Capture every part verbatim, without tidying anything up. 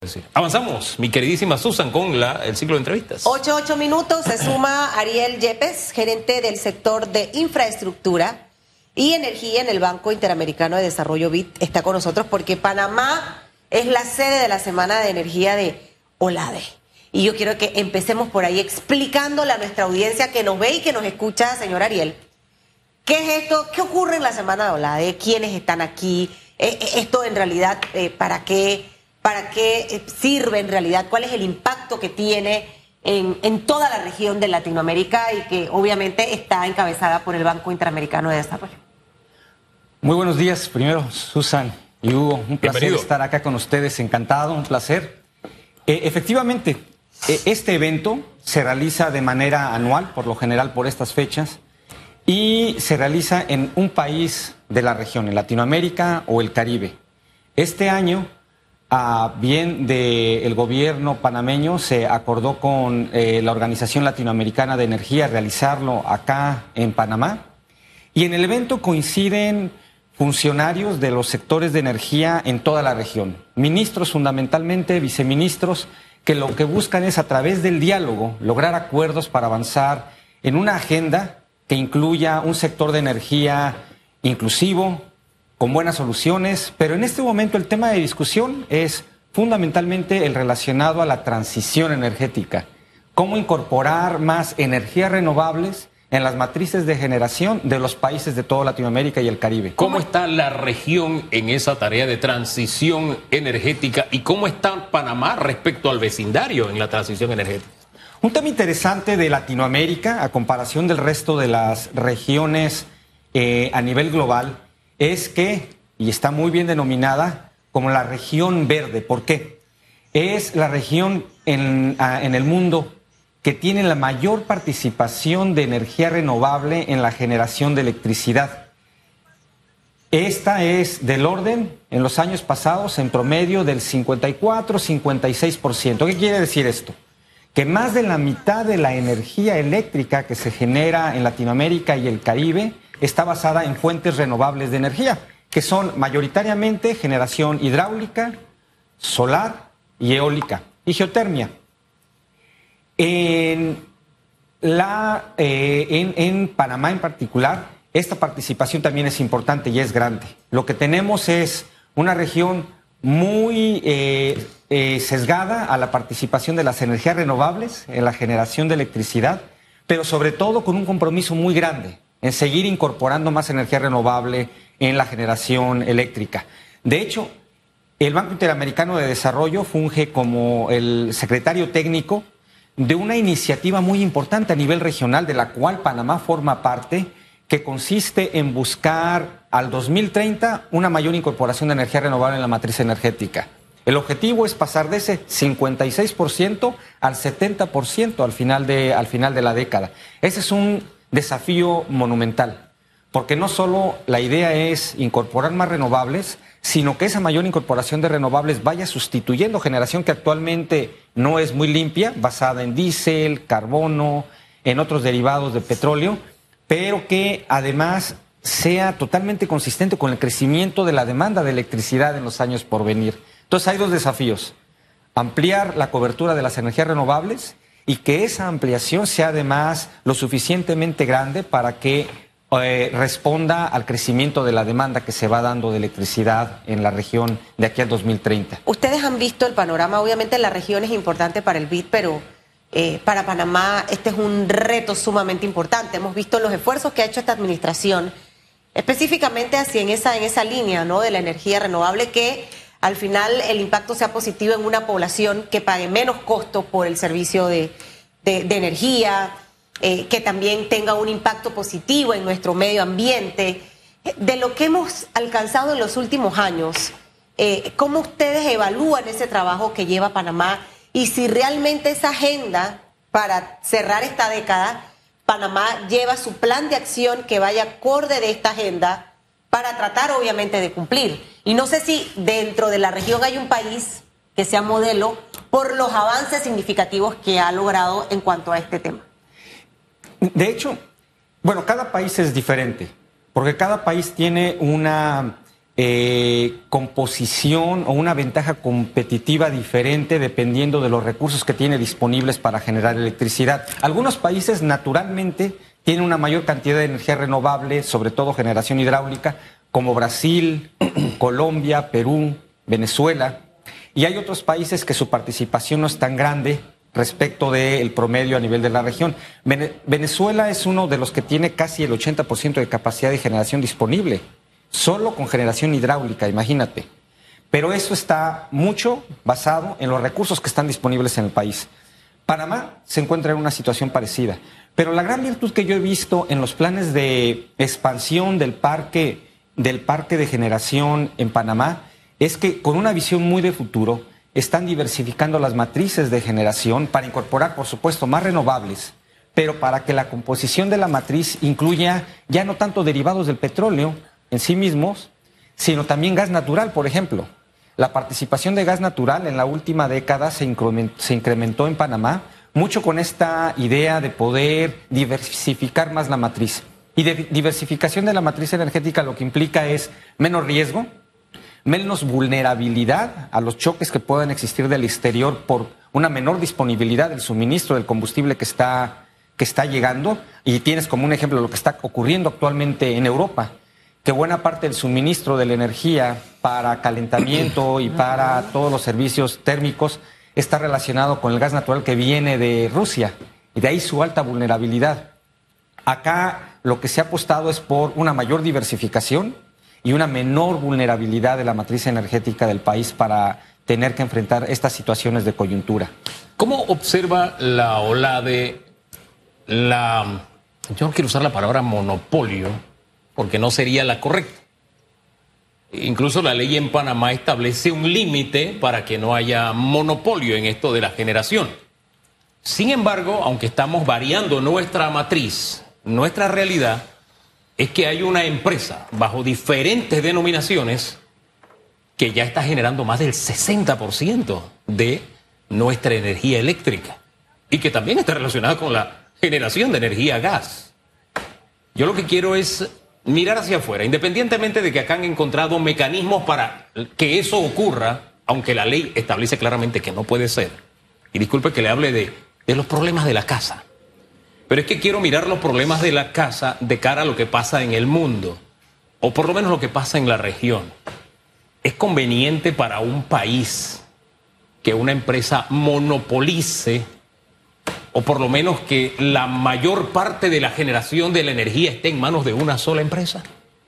Sí. Avanzamos, mi queridísima Susan, con la, el ciclo de entrevistas. Ocho, ocho minutos, se suma Ariel Yepes, gerente del sector de infraestructura y energía en el Banco Interamericano de Desarrollo B I D. Está con nosotros porque Panamá es la sede de la Semana de Energía de OLADE. Y yo quiero que empecemos por ahí explicándole a nuestra audiencia que nos ve y que nos escucha, señor Ariel, ¿qué es esto? ¿Qué ocurre en la Semana de OLADE? ¿Quiénes están aquí? ¿Esto en realidad eh, para qué? ¿Para qué sirve en realidad? ¿Cuál es el impacto que tiene en, en toda la región de Latinoamérica y que obviamente está encabezada por el Banco Interamericano de Desarrollo? Muy buenos días. Primero, Susan y Hugo, un placer Bienvenido. estar acá con ustedes. Encantado, un placer. Eh, efectivamente, eh, este evento se realiza de manera anual, por lo general por estas fechas, y se realiza en un país de la región, en Latinoamérica o el Caribe. Este año, a bien del gobierno panameño, se acordó con eh, la Organización Latinoamericana de Energía realizarlo acá en Panamá. Y en el evento coinciden funcionarios de los sectores de energía en toda la región, ministros fundamentalmente, viceministros, que lo que buscan es a través del diálogo lograr acuerdos para avanzar en una agenda que incluya un sector de energía inclusivo, con buenas soluciones, pero en este momento el tema de discusión es fundamentalmente el relacionado a la transición energética. Cómo incorporar más energías renovables en las matrices de generación de los países de toda Latinoamérica y el Caribe. ¿Cómo está la región en esa tarea de transición energética y cómo está Panamá respecto al vecindario en la transición energética? Un tema interesante de Latinoamérica, a comparación del resto de las regiones eh, a nivel global, es que, y está muy bien denominada como la región verde. ¿Por qué? Es la región en, a, en el mundo que tiene la mayor participación de energía renovable en la generación de electricidad. Esta es del orden, en los años pasados, en promedio del cincuenta y cuatro a cincuenta y seis por ciento. ¿Qué quiere decir esto? Que más de la mitad de la energía eléctrica que se genera en Latinoamérica y el Caribe está basada en fuentes renovables de energía, que son mayoritariamente generación hidráulica, solar y eólica, y geotermia. En, la, eh, en, en Panamá en particular, esta participación también es importante y es grande. Lo que tenemos es una región muy eh, eh, sesgada a la participación de las energías renovables en la generación de electricidad, pero sobre todo con un compromiso muy grande en seguir incorporando más energía renovable en la generación eléctrica. De hecho, el Banco Interamericano de Desarrollo funge como el secretario técnico de una iniciativa muy importante a nivel regional, de la cual Panamá forma parte, que consiste en buscar al dos mil treinta una mayor incorporación de energía renovable en la matriz energética. El objetivo es pasar de ese cincuenta y seis por ciento al setenta por ciento al final de, al final de la década. Ese es un desafío monumental, porque no solo la idea es incorporar más renovables, sino que esa mayor incorporación de renovables vaya sustituyendo generación que actualmente no es muy limpia, basada en diésel, carbono, en otros derivados de petróleo, pero que además sea totalmente consistente con el crecimiento de la demanda de electricidad en los años por venir. Entonces hay dos desafíos: ampliar la cobertura de las energías renovables y que esa ampliación sea además lo suficientemente grande para que eh, responda al crecimiento de la demanda que se va dando de electricidad en la región de aquí al dos mil treinta. Ustedes han visto el panorama, obviamente la región es importante para el B I D, pero eh, para Panamá este es un reto sumamente importante. Hemos visto los esfuerzos que ha hecho esta administración, específicamente hacia en esa, en esa línea, ¿no?, de la energía renovable, que al final el impacto sea positivo en una población que pague menos costo por el servicio de, de, de energía, eh, que también tenga un impacto positivo en nuestro medio ambiente. De lo que hemos alcanzado en los últimos años, eh, ¿cómo ustedes evalúan ese trabajo que lleva Panamá? Y si realmente esa agenda para cerrar esta década, Panamá lleva su plan de acción que vaya acorde de esta agenda para tratar obviamente de cumplir. Y no sé si dentro de la región hay un país que sea modelo por los avances significativos que ha logrado en cuanto a este tema. De hecho, bueno, cada país es diferente, porque cada país tiene una eh, composición o una ventaja competitiva diferente dependiendo de los recursos que tiene disponibles para generar electricidad. Algunos países naturalmente tienen una mayor cantidad de energía renovable, sobre todo generación hidráulica, como Brasil, Colombia, Perú, Venezuela. Y hay otros países que su participación no es tan grande respecto del promedio a nivel de la región. Venezuela es uno de los que tiene casi el ochenta por ciento de capacidad de generación disponible, solo con generación hidráulica, imagínate. Pero eso está mucho basado en los recursos que están disponibles en el país. Panamá se encuentra en una situación parecida. Pero la gran virtud que yo he visto en los planes de expansión del parque, del parque de generación en Panamá es que con una visión muy de futuro están diversificando las matrices de generación para incorporar, por supuesto, más renovables, pero para que la composición de la matriz incluya ya no tanto derivados del petróleo en sí mismos, sino también gas natural, por ejemplo. La participación de gas natural en la última década se incrementó, se incrementó en Panamá mucho con esta idea de poder diversificar más la matriz. Y de diversificación de la matriz energética lo que implica es menos riesgo, menos vulnerabilidad a los choques que puedan existir del exterior por una menor disponibilidad del suministro del combustible que está, que está llegando. Y tienes como un ejemplo lo que está ocurriendo actualmente en Europa, que buena parte del suministro de la energía para calentamiento y para todos los servicios térmicos está relacionado con el gas natural que viene de Rusia, y de ahí su alta vulnerabilidad. Acá lo que se ha apostado es por una mayor diversificación y una menor vulnerabilidad de la matriz energética del país para tener que enfrentar estas situaciones de coyuntura. ¿Cómo observa la ola de la, yo no quiero usar la palabra monopolio, porque no sería la correcta? Incluso la ley en Panamá establece un límite para que no haya monopolio en esto de la generación. Sin embargo, aunque estamos variando nuestra matriz, nuestra realidad es que hay una empresa bajo diferentes denominaciones que ya está generando más del sesenta por ciento de nuestra energía eléctrica y que también está relacionada con la generación de energía gas. Yo lo que quiero es mirar hacia afuera, independientemente de que acá han encontrado mecanismos para que eso ocurra, aunque la ley establece claramente que no puede ser. Y disculpe que le hable de, de los problemas de la casa. Pero es que quiero mirar los problemas de la casa de cara a lo que pasa en el mundo, o por lo menos lo que pasa en la región. ¿Es conveniente para un país que una empresa monopolice, o por lo menos que la mayor parte de la generación de la energía esté en manos de una sola empresa?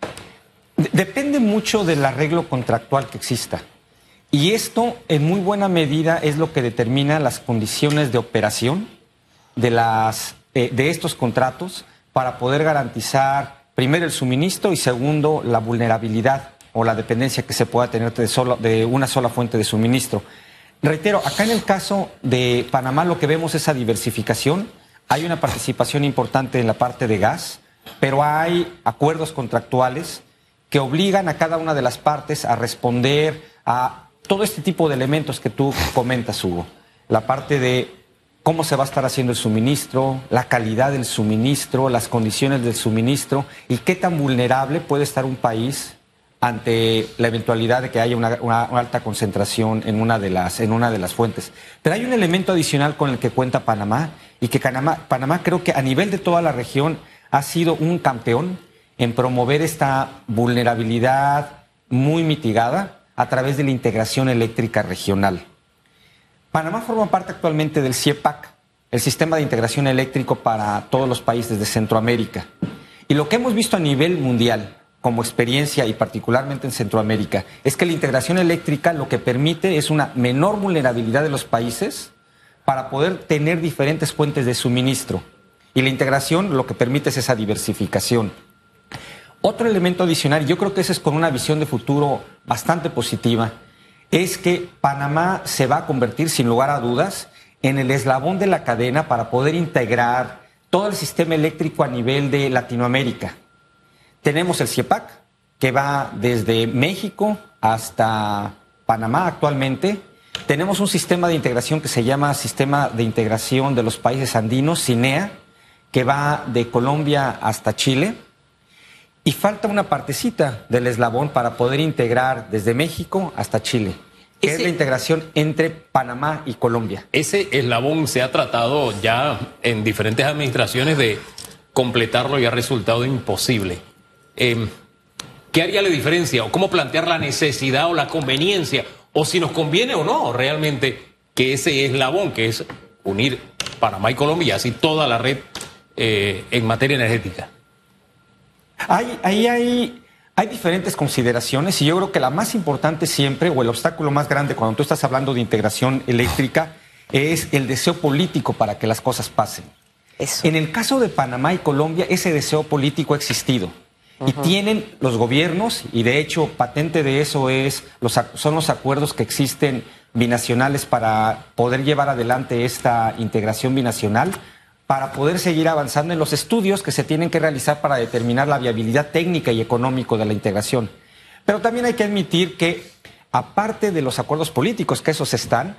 Depende mucho del arreglo contractual que exista. Y esto, en muy buena medida, es lo que determina las condiciones de operación de, las, eh, de estos contratos para poder garantizar, primero, el suministro y, segundo, la vulnerabilidad o la dependencia que se pueda tener de, solo, de una sola fuente de suministro. Reitero, acá en el caso de Panamá lo que vemos es esa diversificación. Hay una participación importante en la parte de gas, pero hay acuerdos contractuales que obligan a cada una de las partes a responder a todo este tipo de elementos que tú comentas, Hugo. La parte de cómo se va a estar haciendo el suministro, la calidad del suministro, las condiciones del suministro y qué tan vulnerable puede estar un país ante la eventualidad de que haya una, una, una alta concentración en una, de las, en una de las fuentes. Pero hay un elemento adicional con el que cuenta Panamá y que Panamá, Panamá creo que a nivel de toda la región ha sido un campeón en promover esta vulnerabilidad muy mitigada a través de la integración eléctrica regional. Panamá forma parte actualmente del CIEPAC, el Sistema de Integración Eléctrico para todos los países de Centroamérica. Y lo que hemos visto a nivel mundial como experiencia y particularmente en Centroamérica, es que la integración eléctrica lo que permite es una menor vulnerabilidad de los países para poder tener diferentes fuentes de suministro. Y la integración lo que permite es esa diversificación. Otro elemento adicional, y yo creo que ese es con una visión de futuro bastante positiva, es que Panamá se va a convertir sin lugar a dudas en el eslabón de la cadena para poder integrar todo el sistema eléctrico a nivel de Latinoamérica. Tenemos el CIEPAC, que va desde México hasta Panamá actualmente. Tenemos un sistema de integración que se llama Sistema de Integración de los Países Andinos, SINEA, que va de Colombia hasta Chile. Y falta una partecita del eslabón para poder integrar desde México hasta Chile, que ese, es la integración entre Panamá y Colombia. Ese eslabón se ha tratado ya en diferentes administraciones de completarlo y ha resultado imposible. Eh, ¿Qué haría la diferencia? ¿O cómo plantear la necesidad o la conveniencia? ¿O si nos conviene o no realmente que ese eslabón, que es unir Panamá y Colombia, y así toda la red eh, en materia energética? Ahí hay, hay, hay diferentes consideraciones y yo creo que la más importante siempre, o el obstáculo más grande cuando tú estás hablando de integración eléctrica, es el deseo político para que las cosas pasen. Eso. En el caso de Panamá y Colombia, ese deseo político ha existido. Uh-huh. Y tienen los gobiernos, y de hecho patente de eso es los, son los acuerdos que existen binacionales para poder llevar adelante esta integración binacional, para poder seguir avanzando en los estudios que se tienen que realizar para determinar la viabilidad técnica y económica de la integración. Pero también hay que admitir que, aparte de los acuerdos políticos, que esos están,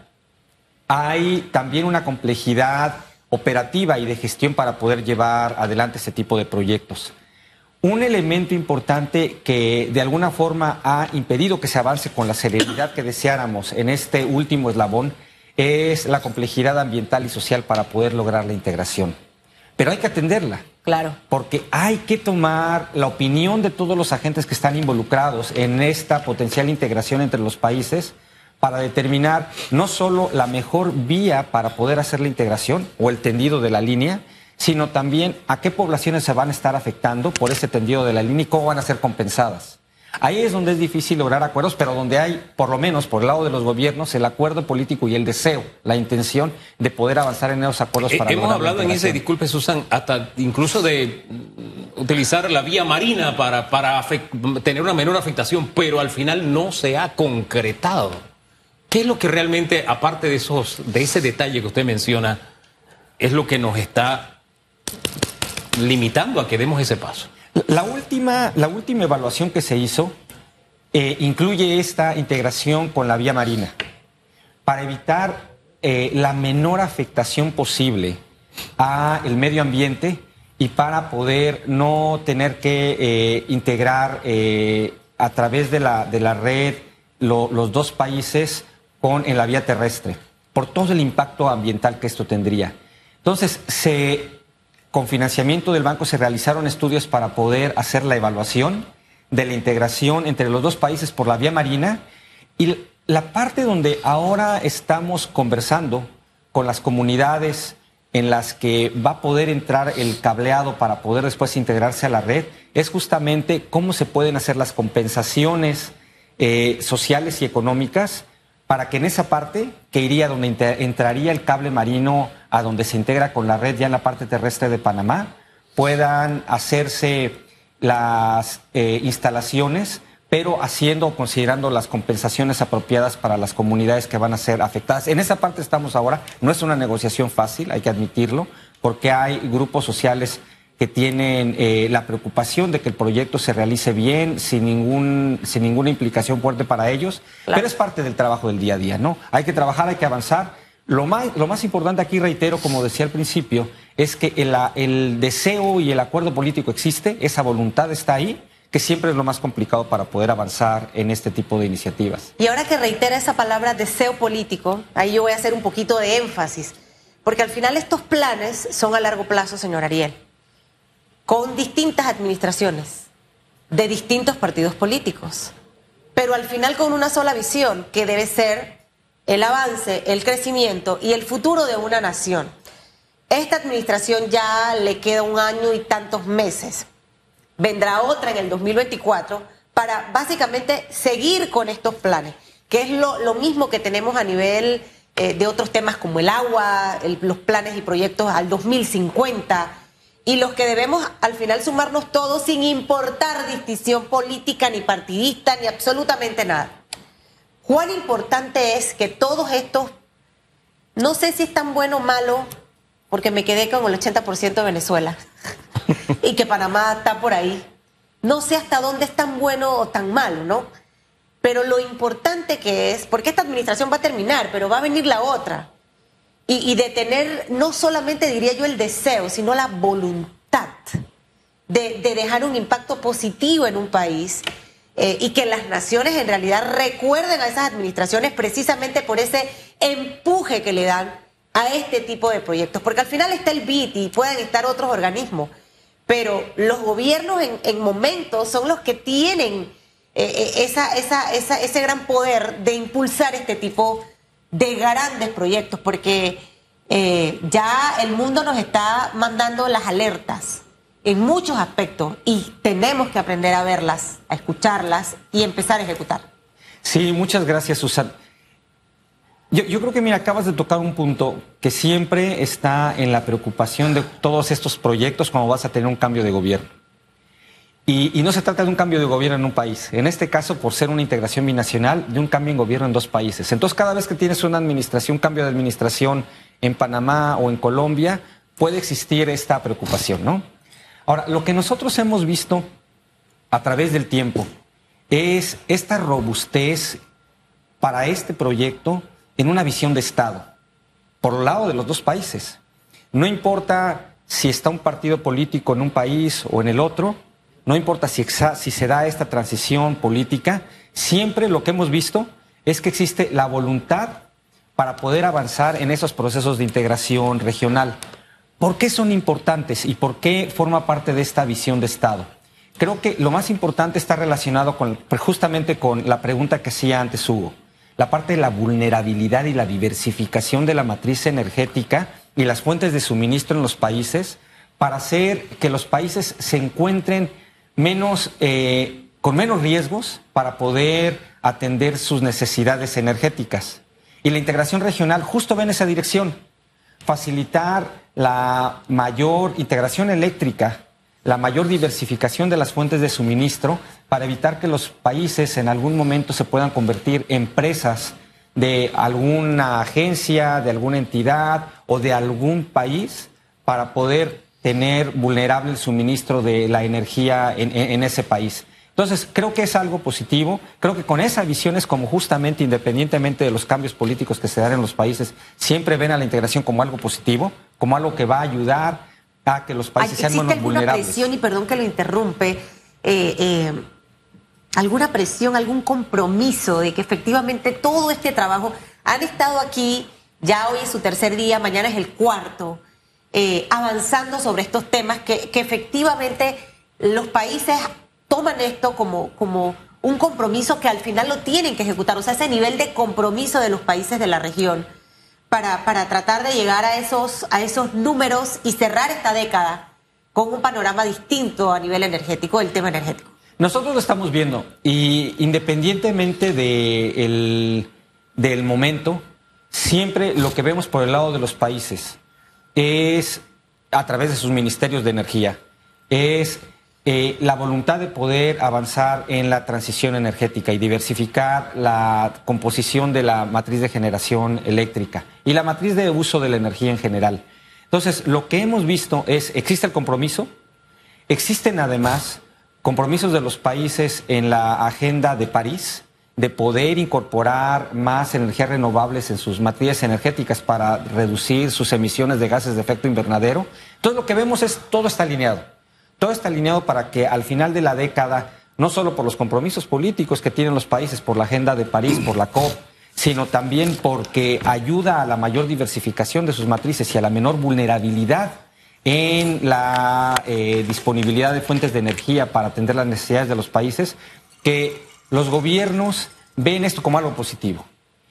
hay también una complejidad operativa y de gestión para poder llevar adelante ese tipo de proyectos. Un elemento importante que de alguna forma ha impedido que se avance con la celeridad que deseáramos en este último eslabón es la complejidad ambiental y social para poder lograr la integración. Pero hay que atenderla. Claro. Porque hay que tomar la opinión de todos los agentes que están involucrados en esta potencial integración entre los países para determinar no solo la mejor vía para poder hacer la integración o el tendido de la línea, sino también a qué poblaciones se van a estar afectando por ese tendido de la línea y cómo van a ser compensadas. Ahí es donde es difícil lograr acuerdos, pero donde hay, por lo menos por el lado de los gobiernos, el acuerdo político y el deseo, la intención de poder avanzar en esos acuerdos para eh, lograr Hemos hablado en ese, disculpe Susan, hasta incluso de utilizar la vía marina para, para tener una menor afectación, pero al final no se ha concretado. ¿Qué es lo que realmente, aparte de, esos, de ese detalle que usted menciona, es lo que nos está limitando a que demos ese paso? La última, la última evaluación que se hizo eh, incluye esta integración con la vía marina para evitar eh, la menor afectación posible al medio ambiente y para poder no tener que eh, integrar eh, a través de la, de la red lo, los dos países con, en la vía terrestre, por todo el impacto ambiental que esto tendría. Entonces, se... Con financiamiento del banco se realizaron estudios para poder hacer la evaluación de la integración entre los dos países por la vía marina y la parte donde ahora estamos conversando con las comunidades en las que va a poder entrar el cableado para poder después integrarse a la red es justamente cómo se pueden hacer las compensaciones eh, sociales y económicas para que en esa parte, que iría donde entraría el cable marino a donde se integra con la red ya en la parte terrestre de Panamá, puedan hacerse las eh, instalaciones, pero haciendo o considerando las compensaciones apropiadas para las comunidades que van a ser afectadas. En esa parte estamos ahora, no es una negociación fácil, hay que admitirlo, porque hay grupos sociales que tienen eh, la preocupación de que el proyecto se realice bien, sin ningún, sin ninguna implicación fuerte para ellos, claro. Pero es parte del trabajo del día a día, ¿no? Hay que trabajar, hay que avanzar. Lo más, lo más importante aquí, reitero, como decía al principio, es que el, el deseo y el acuerdo político existe, esa voluntad está ahí, que siempre es lo más complicado para poder avanzar en este tipo de iniciativas. Y ahora que reitera esa palabra deseo político, ahí yo voy a hacer un poquito de énfasis, porque al final estos planes son a largo plazo, señor Ariel, con distintas administraciones, de distintos partidos políticos, pero al final con una sola visión, que debe ser el avance, el crecimiento y el futuro de una nación. Esta administración ya le queda un año y tantos meses. Vendrá otra en el dos mil veinticuatro para básicamente seguir con estos planes, que es lo, lo mismo que tenemos a nivel eh, de otros temas como el agua, el, los planes y proyectos al dos mil cincuenta, y los que debemos al final sumarnos todos sin importar distinción política, ni partidista, ni absolutamente nada. Cuán importante es que todos estos, no sé si es tan bueno o malo, porque me quedé con el ochenta por ciento de Venezuela y que Panamá está por ahí. No sé hasta dónde es tan bueno o tan malo, ¿no? Pero lo importante que es, porque esta administración va a terminar, pero va a venir la otra. Y, y de tener no solamente, diría yo, el deseo, sino la voluntad de, de dejar un impacto positivo en un país eh, y que las naciones en realidad recuerden a esas administraciones precisamente por ese empuje que le dan a este tipo de proyectos. Porque al final está el B I D y pueden estar otros organismos, pero los gobiernos en, en momentos son los que tienen eh, esa, esa, esa, ese gran poder de impulsar este tipo de grandes proyectos, porque eh, ya el mundo nos está mandando las alertas en muchos aspectos y tenemos que aprender a verlas, a escucharlas y empezar a ejecutar. Sí, muchas gracias, Susan. Yo, yo creo que, mira, acabas de tocar un punto que siempre está en la preocupación de todos estos proyectos cuando vas a tener un cambio de gobierno. Y, y no se trata de un cambio de gobierno en un país. En este caso, por ser una integración binacional, de un cambio en gobierno en dos países. Entonces, cada vez que tienes una administración, un cambio de administración en Panamá o en Colombia, puede existir esta preocupación, ¿no? Ahora, lo que nosotros hemos visto a través del tiempo es esta robustez para este proyecto en una visión de Estado, por el lado de los dos países. No importa si está un partido político en un país o en el otro, no importa si, exa, si se da esta transición política, siempre lo que hemos visto es que existe la voluntad para poder avanzar en esos procesos de integración regional. ¿Por qué son importantes y por qué forma parte de esta visión de Estado? Creo que lo más importante está relacionado con, justamente con la pregunta que hacía antes Hugo, la parte de la vulnerabilidad y la diversificación de la matriz energética y las fuentes de suministro en los países para hacer que los países se encuentren menos, eh, con menos riesgos para poder atender sus necesidades energéticas. Y la integración regional justo va en esa dirección, facilitar la mayor integración eléctrica, la mayor diversificación de las fuentes de suministro para evitar que los países en algún momento se puedan convertir en presas de alguna agencia, de alguna entidad o de algún país para poder tener vulnerable el suministro de la energía en, en, en ese país. Entonces, creo que es algo positivo. Creo que con esa visión es como justamente, independientemente de los cambios políticos que se dan en los países, siempre ven a la integración como algo positivo, como algo que va a ayudar a que los países sean menos vulnerables. ¿Existe alguna presión, y perdón que lo interrumpe, eh, eh, alguna presión, algún compromiso de que efectivamente todo este trabajo, han estado aquí, ya hoy es su tercer día, mañana es el cuarto, eh, avanzando sobre estos temas que, que efectivamente los países toman esto como, como un compromiso que al final lo tienen que ejecutar, o sea, ese nivel de compromiso de los países de la región para, para tratar de llegar a esos, a esos números y cerrar esta década con un panorama distinto a nivel energético, el tema energético? Nosotros lo estamos viendo y independientemente de el, del momento, siempre lo que vemos por el lado de los países es, a través de sus ministerios de energía, es eh, la voluntad de poder avanzar en la transición energética y diversificar la composición de la matriz de generación eléctrica y la matriz de uso de la energía en general. Entonces, lo que hemos visto es, existe el compromiso, existen además compromisos de los países en la agenda de París de poder incorporar más energías renovables en sus matrices energéticas para reducir sus emisiones de gases de efecto invernadero. Entonces, lo que vemos es todo está alineado. Todo está alineado para que al final de la década, no solo por los compromisos políticos que tienen los países, por la agenda de París, por la COP, sino también porque ayuda a la mayor diversificación de sus matrices y a la menor vulnerabilidad en la eh, disponibilidad de fuentes de energía para atender las necesidades de los países, que los gobiernos ven esto como algo positivo.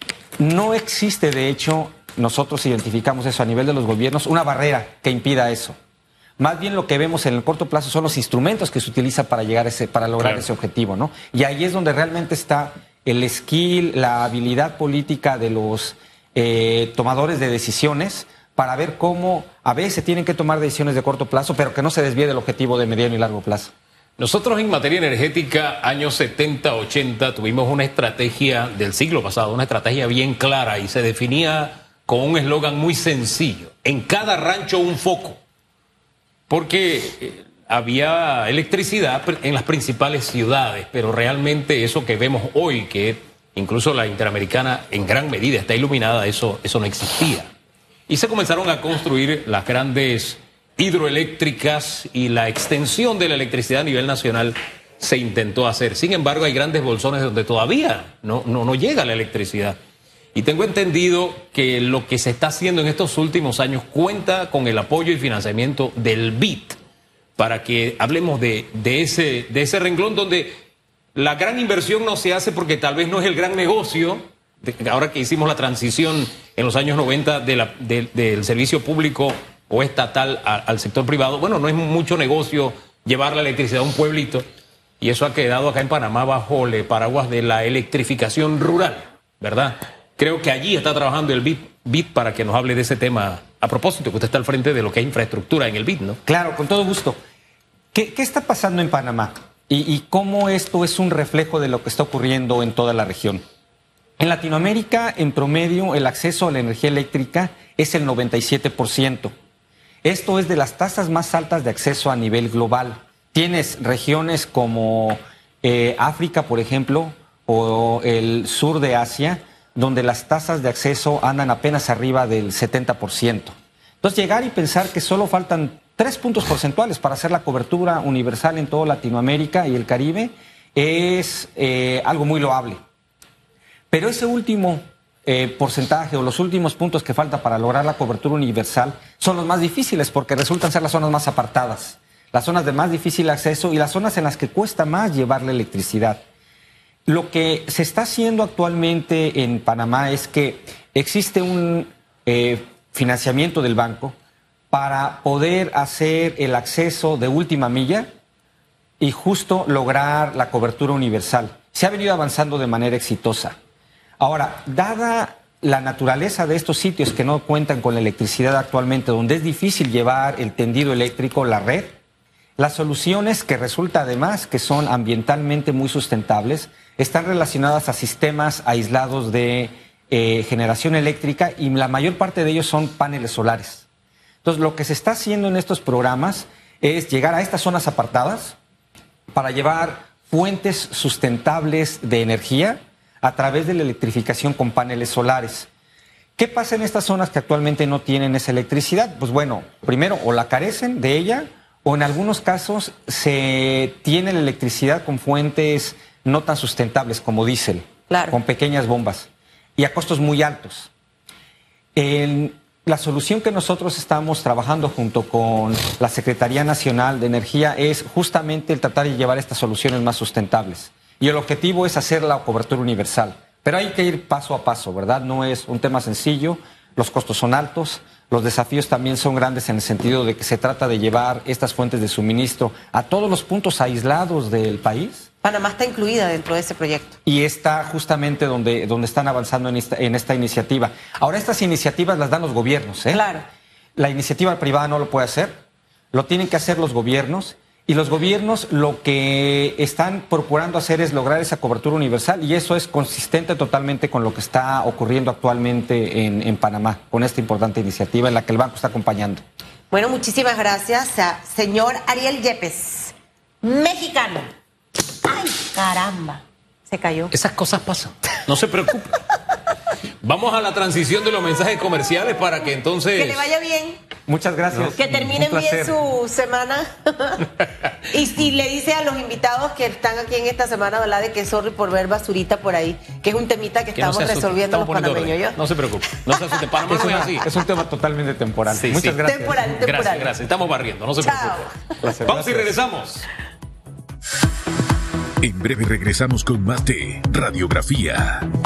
No existe, de hecho, nosotros identificamos eso a nivel de los gobiernos, una barrera que impida eso. Más bien lo que vemos en el corto plazo son los instrumentos que se utilizan para llegar a ese, para lograr claro. ese objetivo, ¿no? Y ahí es donde realmente está el skill, la habilidad política de los eh, tomadores de decisiones para ver cómo a veces tienen que tomar decisiones de corto plazo, pero que no se desvíe del objetivo de mediano y largo plazo. Nosotros en materia energética, años setenta, ochenta, tuvimos una estrategia del siglo pasado, una estrategia bien clara y se definía con un eslogan muy sencillo: en cada rancho un foco. Porque había electricidad en las principales ciudades, pero realmente eso que vemos hoy, que incluso la Interamericana en gran medida está iluminada, eso, eso no existía. Y se comenzaron a construir las grandes hidroeléctricas y la extensión de la electricidad a nivel nacional se intentó hacer. Sin embargo, hay grandes bolsones donde todavía no, no, no llega la electricidad. Y tengo entendido que lo que se está haciendo en estos últimos años cuenta con el apoyo y financiamiento del B I D, para que hablemos de, de, ese, de ese renglón donde la gran inversión no se hace porque tal vez no es el gran negocio. De, ahora que hicimos la transición en los años noventa de la, de, del servicio público o estatal a, al sector privado, bueno, no es mucho negocio llevar la electricidad a un pueblito, y eso ha quedado acá en Panamá bajo el paraguas de la electrificación rural, ¿verdad? Creo que allí está trabajando el B I D para que nos hable de ese tema. A propósito, que usted está al frente de lo que es infraestructura en el B I D, ¿no? Claro, con todo gusto. ¿Qué, qué está pasando en Panamá? Y, y cómo esto es un reflejo de lo que está ocurriendo en toda la región. En Latinoamérica, en promedio, el acceso a la energía eléctrica es el noventa y siete por ciento. Esto es de las tasas más altas de acceso a nivel global. Tienes regiones como eh, África, por ejemplo, o el sur de Asia, donde las tasas de acceso andan apenas arriba del setenta por ciento. Entonces, llegar y pensar que solo faltan tres puntos porcentuales para hacer la cobertura universal en toda Latinoamérica y el Caribe es eh, algo muy loable. Pero ese último eh, porcentaje o los últimos puntos que falta para lograr la cobertura universal son los más difíciles porque resultan ser las zonas más apartadas, las zonas de más difícil acceso y las zonas en las que cuesta más llevar la electricidad. Lo que se está haciendo actualmente en Panamá es que existe un eh, financiamiento del banco para poder hacer el acceso de última milla y justo lograr la cobertura universal. Se ha venido avanzando de manera exitosa. Ahora, dada la naturaleza de estos sitios que no cuentan con la electricidad actualmente, donde es difícil llevar el tendido eléctrico, la red, las soluciones que resulta además que son ambientalmente muy sustentables están relacionadas a sistemas aislados de eh, generación eléctrica y la mayor parte de ellos son paneles solares. Entonces, lo que se está haciendo en estos programas es llegar a estas zonas apartadas para llevar fuentes sustentables de energía a través de la electrificación con paneles solares. ¿Qué pasa en estas zonas que actualmente no tienen esa electricidad? Pues bueno, primero, o la carecen de ella, o en algunos casos se tiene la electricidad con fuentes no tan sustentables como diésel, claro, con pequeñas bombas y a costos muy altos. En la solución que nosotros estamos trabajando junto con la Secretaría Nacional de Energía es justamente el tratar de llevar estas soluciones más sustentables. Y el objetivo es hacer la cobertura universal. Pero hay que ir paso a paso, ¿verdad? No es un tema sencillo, los costos son altos, los desafíos también son grandes en el sentido de que se trata de llevar estas fuentes de suministro a todos los puntos aislados del país. Panamá está incluida dentro de ese proyecto. Y está justamente donde, donde están avanzando en esta, en esta iniciativa. Ahora, estas iniciativas las dan los gobiernos, ¿eh? Claro. La iniciativa privada no lo puede hacer, lo tienen que hacer los gobiernos. Y los gobiernos lo que están procurando hacer es lograr esa cobertura universal y eso es consistente totalmente con lo que está ocurriendo actualmente en, en Panamá, con esta importante iniciativa en la que el banco está acompañando. Bueno, muchísimas gracias a señor Ariel Yepes, mexicano. ¡Ay, caramba! Se cayó. Esas cosas pasan, no se preocupe. Vamos a la transición de los mensajes comerciales para que entonces... Que le vaya bien. Muchas gracias. Que terminen bien su semana. Y si le dice a los invitados que están aquí en esta semana, ¿verdad? De que sorry por ver basurita por ahí, que es un temita que, que estamos no resolviendo los panameños. ¿Yo? No se preocupe, no se asuste. Panamá no es así. Es un tema totalmente temporal. Sí, Muchas sí. gracias. Temporal, temporal. Gracias, gracias. Estamos barriendo, no se Chao. preocupe. Gracias, Vamos gracias. y regresamos. En breve regresamos con más de Radiografía.